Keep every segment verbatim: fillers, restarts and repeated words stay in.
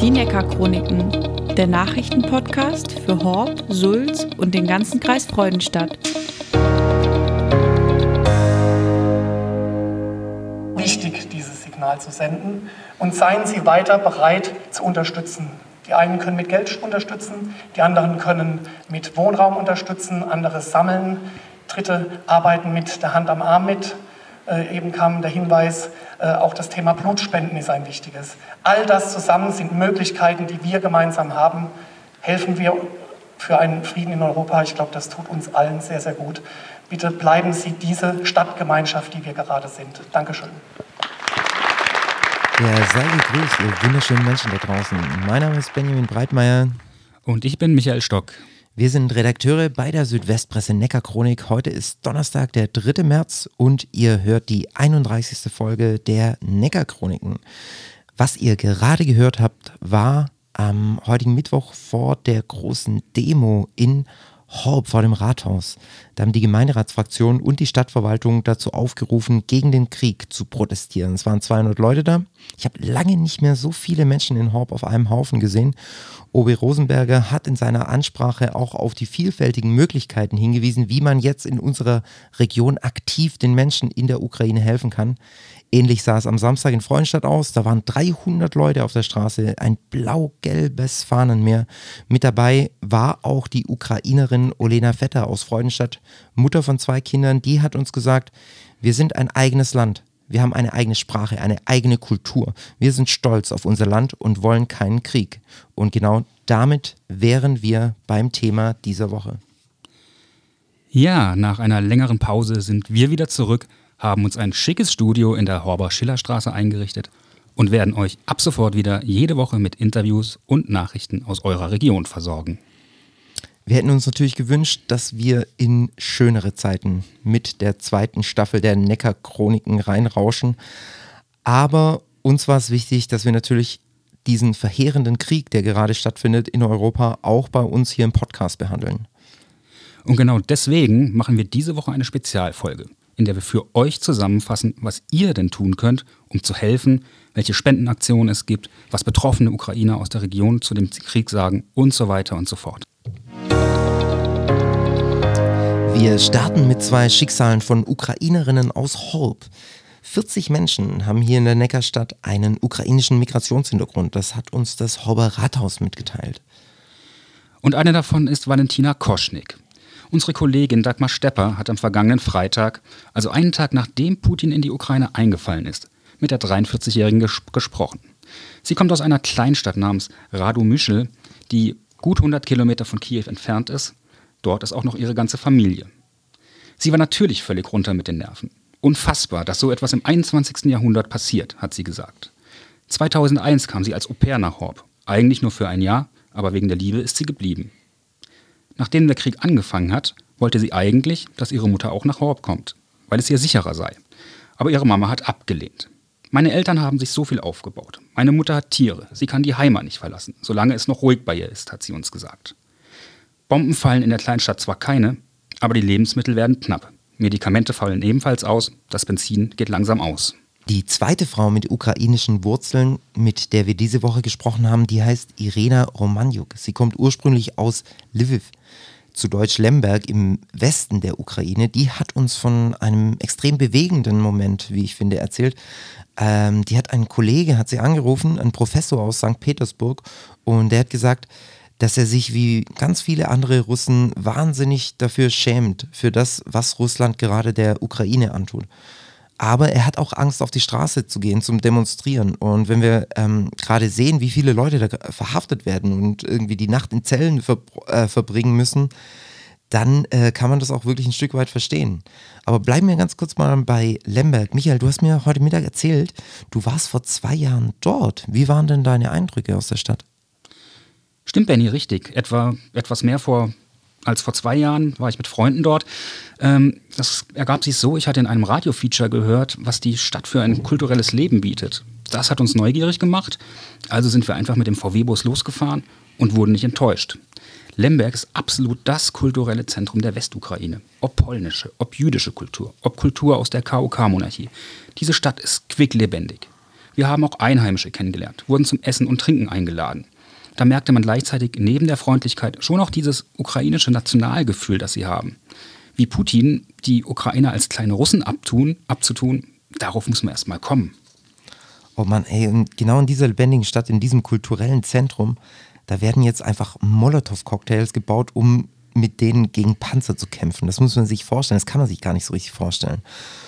Die Neckar-Chroniken, der Nachrichtenpodcast für Horb, Sulz und den ganzen Kreis Freudenstadt. Wichtig, dieses Signal zu senden, und seien Sie weiter bereit zu unterstützen. Die einen können mit Geld unterstützen, die anderen können mit Wohnraum unterstützen, andere sammeln, Dritte arbeiten mit der Hand am Arm mit. Äh, eben kam der Hinweis, äh, auch das Thema Blutspenden ist ein wichtiges. All das zusammen sind Möglichkeiten, die wir gemeinsam haben. Helfen wir für einen Frieden in Europa. Ich glaube, das tut uns allen sehr, sehr gut. Bitte bleiben Sie diese Stadtgemeinschaft, die wir gerade sind. Dankeschön. Ja, sei gegrüßt, ihr wunderschönen Menschen da draußen. Mein Name ist Benjamin Breitmeier. Und ich bin Michael Stock. Wir sind Redakteure bei der Südwestpresse Neckar-Chronik. Heute ist Donnerstag, der dritte März, und ihr hört die einunddreißigste Folge der Neckar-Chroniken. Was ihr gerade gehört habt, war am heutigen Mittwoch vor der großen Demo in Horb vor dem Rathaus. Da haben die Gemeinderatsfraktion und die Stadtverwaltung dazu aufgerufen, gegen den Krieg zu protestieren. Es waren zweihundert Leute da. Ich habe lange nicht mehr so viele Menschen in Horb auf einem Haufen gesehen. Obi Rosenberger hat in seiner Ansprache auch auf die vielfältigen Möglichkeiten hingewiesen, wie man jetzt in unserer Region aktiv den Menschen in der Ukraine helfen kann. Ähnlich sah es am Samstag in Freudenstadt aus. Da waren dreihundert Leute auf der Straße, ein blau-gelbes Fahnenmeer. Mit dabei war auch die Ukrainerin Olena Vetter aus Freudenstadt, Mutter von zwei Kindern. Die hat uns gesagt, wir sind ein eigenes Land. Wir haben eine eigene Sprache, eine eigene Kultur. Wir sind stolz auf unser Land und wollen keinen Krieg. Und genau damit wären wir beim Thema dieser Woche. Ja, nach einer längeren Pause sind wir wieder zurück, haben uns ein schickes Studio in der Horber Schillerstraße eingerichtet und werden euch ab sofort wieder jede Woche mit Interviews und Nachrichten aus eurer Region versorgen. Wir hätten uns natürlich gewünscht, dass wir in schönere Zeiten mit der zweiten Staffel der Neckar-Chroniken reinrauschen. Aber uns war es wichtig, dass wir natürlich diesen verheerenden Krieg, der gerade stattfindet in Europa, auch bei uns hier im Podcast behandeln. Und genau deswegen machen wir diese Woche eine Spezialfolge, in der wir für euch zusammenfassen, was ihr denn tun könnt, um zu helfen, welche Spendenaktionen es gibt, was betroffene Ukrainer aus der Region zu dem Krieg sagen und so weiter und so fort. Wir starten mit zwei Schicksalen von Ukrainerinnen aus Horb. vierzig Menschen haben hier in der Neckarstadt einen ukrainischen Migrationshintergrund. Das hat uns das Horber Rathaus mitgeteilt. Und eine davon ist Valentina Koschnik. Unsere Kollegin Dagmar Stepper hat am vergangenen Freitag, also einen Tag nachdem Putin in die Ukraine eingefallen ist, mit der dreiundvierzigjährigen ges- gesprochen. Sie kommt aus einer Kleinstadt namens Radomyschl, die gut hundert Kilometer von Kiew entfernt ist. Dort ist auch noch ihre ganze Familie. Sie war natürlich völlig runter mit den Nerven. Unfassbar, dass so etwas im einundzwanzigsten Jahrhundert passiert, hat sie gesagt. zweitausendeins kam sie als Au-pair nach Horb. Eigentlich nur für ein Jahr, aber wegen der Liebe ist sie geblieben. Nachdem der Krieg angefangen hat, wollte sie eigentlich, dass ihre Mutter auch nach Horb kommt, weil es ihr sicherer sei. Aber ihre Mama hat abgelehnt. Meine Eltern haben sich so viel aufgebaut. Meine Mutter hat Tiere. Sie kann die Heimat nicht verlassen, solange es noch ruhig bei ihr ist, hat sie uns gesagt. Bomben fallen in der Kleinstadt zwar keine, aber die Lebensmittel werden knapp. Medikamente fallen ebenfalls aus, das Benzin geht langsam aus. Die zweite Frau mit ukrainischen Wurzeln, mit der wir diese Woche gesprochen haben, die heißt Irena Romaniuk. Sie kommt ursprünglich aus Lviv, zu Deutsch Lemberg im Westen der Ukraine. Die hat uns von einem extrem bewegenden Moment, wie ich finde, erzählt. Ähm, die hat einen Kollege, hat sie angerufen, ein Professor aus Sankt Petersburg, und der hat gesagt, dass er sich wie ganz viele andere Russen wahnsinnig dafür schämt, für das, was Russland gerade der Ukraine antut. Aber er hat auch Angst, auf die Straße zu gehen, zum Demonstrieren. Und wenn wir ähm, gerade sehen, wie viele Leute da verhaftet werden und irgendwie die Nacht in Zellen ver- äh, verbringen müssen, dann äh, kann man das auch wirklich ein Stück weit verstehen. Aber bleiben wir ganz kurz mal bei Lemberg. Michael, du hast mir heute Mittag erzählt, du warst vor zwei Jahren dort. Wie waren denn deine Eindrücke aus der Stadt? Stimmt, Benny, richtig. Etwa etwas mehr vor als vor zwei Jahren war ich mit Freunden dort. Ähm, das ergab sich so, ich hatte in einem Radio-Feature gehört, was die Stadt für ein kulturelles Leben bietet. Das hat uns neugierig gemacht, also sind wir einfach mit dem V W-Bus losgefahren und wurden nicht enttäuscht. Lemberg ist absolut das kulturelle Zentrum der Westukraine. Ob polnische, ob jüdische Kultur, ob Kultur aus der K O K-Monarchie. Diese Stadt ist quicklebendig. Wir haben auch Einheimische kennengelernt, wurden zum Essen und Trinken eingeladen. Da merkte man gleichzeitig neben der Freundlichkeit schon auch dieses ukrainische Nationalgefühl, das sie haben. Wie Putin die Ukrainer als kleine Russen abtun, abzutun, darauf muss man erst mal kommen. Oh Mann, ey, und genau in dieser lebendigen Stadt, in diesem kulturellen Zentrum, da werden jetzt einfach Molotow-Cocktails gebaut, um mit denen gegen Panzer zu kämpfen. Das muss man sich vorstellen, das kann man sich gar nicht so richtig vorstellen.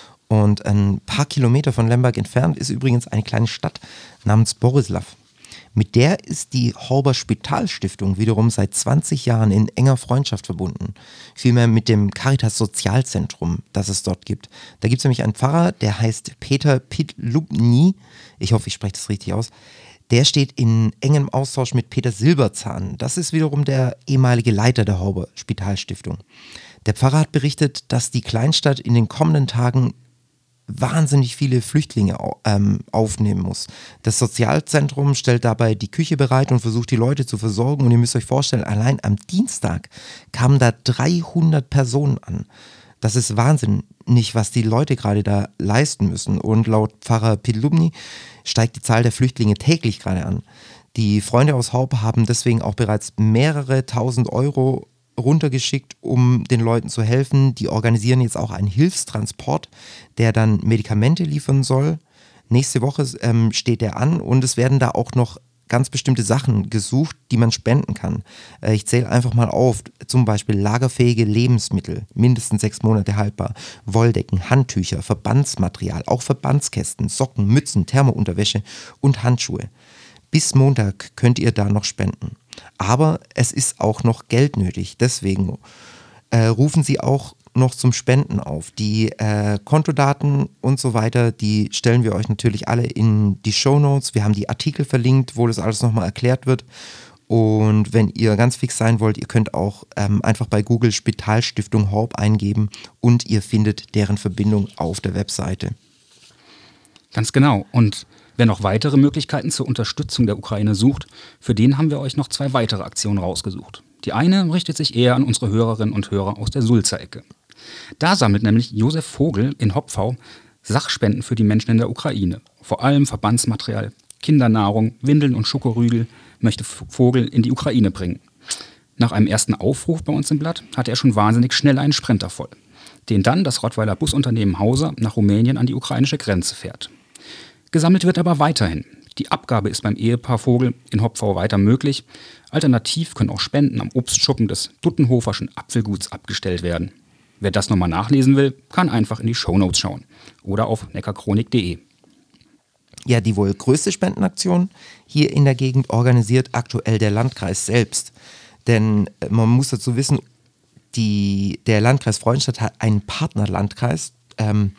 Und ein paar Kilometer von Lemberg entfernt ist übrigens eine kleine Stadt namens Borislav. Mit der ist die Horber Spitalstiftung wiederum seit zwanzig Jahren in enger Freundschaft verbunden. Vielmehr mit dem Caritas Sozialzentrum, das es dort gibt. Da gibt es nämlich einen Pfarrer, der heißt Peter Pitlubny. Ich hoffe, ich spreche das richtig aus. Der steht in engem Austausch mit Peter Silberzahn. Das ist wiederum der ehemalige Leiter der Horber Spitalstiftung. Der Pfarrer hat berichtet, dass die Kleinstadt in den kommenden Tagen wahnsinnig viele Flüchtlinge ähm, aufnehmen muss. Das Sozialzentrum stellt dabei die Küche bereit und versucht, die Leute zu versorgen. Und ihr müsst euch vorstellen, allein am Dienstag kamen da dreihundert Personen an. Das ist wahnsinnig, was die Leute gerade da leisten müssen. Und laut Pfarrer Pitlubny steigt die Zahl der Flüchtlinge täglich gerade an. Die Freunde aus Horb haben deswegen auch bereits mehrere tausend Euro runtergeschickt, um den Leuten zu helfen. Die organisieren jetzt auch einen Hilfstransport, der dann Medikamente liefern soll. Nächste Woche ähm, steht der an und es werden da auch noch ganz bestimmte Sachen gesucht, die man spenden kann. Äh, ich zähle einfach mal auf, zum Beispiel lagerfähige Lebensmittel, mindestens sechs Monate haltbar, Wolldecken, Handtücher, Verbandsmaterial, auch Verbandskästen, Socken, Mützen, Thermounterwäsche und Handschuhe. Bis Montag könnt ihr da noch spenden. Aber es ist auch noch Geld nötig. Deswegen äh, rufen sie auch noch zum Spenden auf. Die äh, Kontodaten und so weiter, die stellen wir euch natürlich alle in die Shownotes. Wir haben die Artikel verlinkt, wo das alles nochmal erklärt wird. Und wenn ihr ganz fix sein wollt, ihr könnt auch ähm, einfach bei Google Spitalstiftung Horb eingeben und ihr findet deren Verbindung auf der Webseite. Ganz genau. Und wer noch weitere Möglichkeiten zur Unterstützung der Ukraine sucht, für den haben wir euch noch zwei weitere Aktionen rausgesucht. Die eine richtet sich eher an unsere Hörerinnen und Hörer aus der Sulzer Ecke. Da sammelt nämlich Josef Vogel in Hopfau Sachspenden für die Menschen in der Ukraine. Vor allem Verbandsmaterial, Kindernahrung, Windeln und Schokorügel möchte Vogel in die Ukraine bringen. Nach einem ersten Aufruf bei uns im Blatt hatte er schon wahnsinnig schnell einen Sprinter voll, den dann das Rottweiler Busunternehmen Hauser nach Rumänien an die ukrainische Grenze fährt. Gesammelt wird aber weiterhin. Die Abgabe ist beim Ehepaar Vogel in Hopfau weiter möglich. Alternativ können auch Spenden am Obstschuppen des Duttenhoferschen Apfelguts abgestellt werden. Wer das nochmal nachlesen will, kann einfach in die Shownotes schauen oder auf neckarchronik punkt de. Ja, die wohl größte Spendenaktion hier in der Gegend organisiert aktuell der Landkreis selbst. Denn man muss dazu wissen, die, der Landkreis Freudenstadt hat einen Partnerlandkreis, ähm,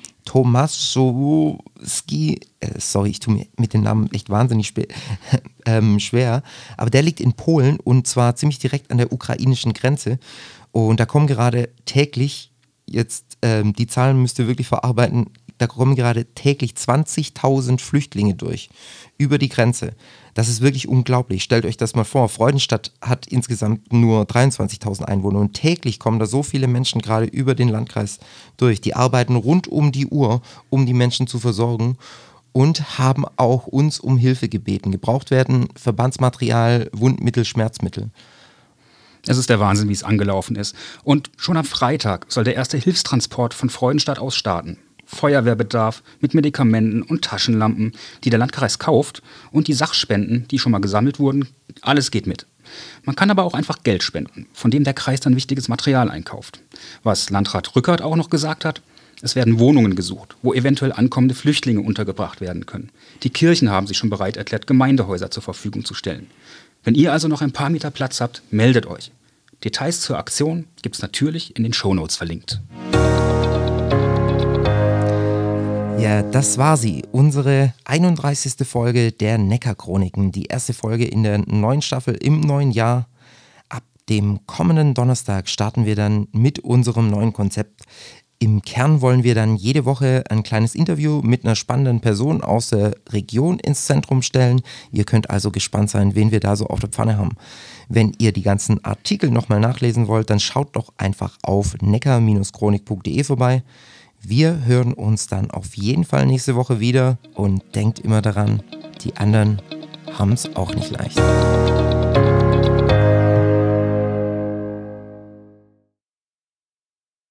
Tomaszowski, äh, sorry, ich tue mir mit den Namen echt wahnsinnig spe- ähm, schwer, aber der liegt in Polen und zwar ziemlich direkt an der ukrainischen Grenze und da kommen gerade täglich, jetzt ähm, die Zahlen müsst ihr wirklich verarbeiten, da kommen gerade täglich zwanzigtausend Flüchtlinge durch, über die Grenze. Das ist wirklich unglaublich. Stellt euch das mal vor. Freudenstadt hat insgesamt nur dreiundzwanzigtausend Einwohner und täglich kommen da so viele Menschen gerade über den Landkreis durch. Die arbeiten rund um die Uhr, um die Menschen zu versorgen und haben auch uns um Hilfe gebeten. Gebraucht werden Verbandsmaterial, Wundmittel, Schmerzmittel. Es ist der Wahnsinn, wie es angelaufen ist. Und schon am Freitag soll der erste Hilfstransport von Freudenstadt aus starten. Feuerwehrbedarf mit Medikamenten und Taschenlampen, die der Landkreis kauft und die Sachspenden, die schon mal gesammelt wurden, alles geht mit. Man kann aber auch einfach Geld spenden, von dem der Kreis dann wichtiges Material einkauft. Was Landrat Rückert auch noch gesagt hat, es werden Wohnungen gesucht, wo eventuell ankommende Flüchtlinge untergebracht werden können. Die Kirchen haben sich schon bereit erklärt, Gemeindehäuser zur Verfügung zu stellen. Wenn ihr also noch ein paar Meter Platz habt, meldet euch. Details zur Aktion gibt es natürlich in den Shownotes verlinkt. Ja, das war sie, unsere einunddreißigste Folge der Neckarchroniken, die erste Folge in der neuen Staffel im neuen Jahr. Ab dem kommenden Donnerstag starten wir dann mit unserem neuen Konzept. Im Kern wollen wir dann jede Woche ein kleines Interview mit einer spannenden Person aus der Region ins Zentrum stellen. Ihr könnt also gespannt sein, wen wir da so auf der Pfanne haben. Wenn ihr die ganzen Artikel nochmal nachlesen wollt, dann schaut doch einfach auf neckar Bindestrich chronik punkt de vorbei. Wir hören uns dann auf jeden Fall nächste Woche wieder und denkt immer daran, die anderen haben es auch nicht leicht.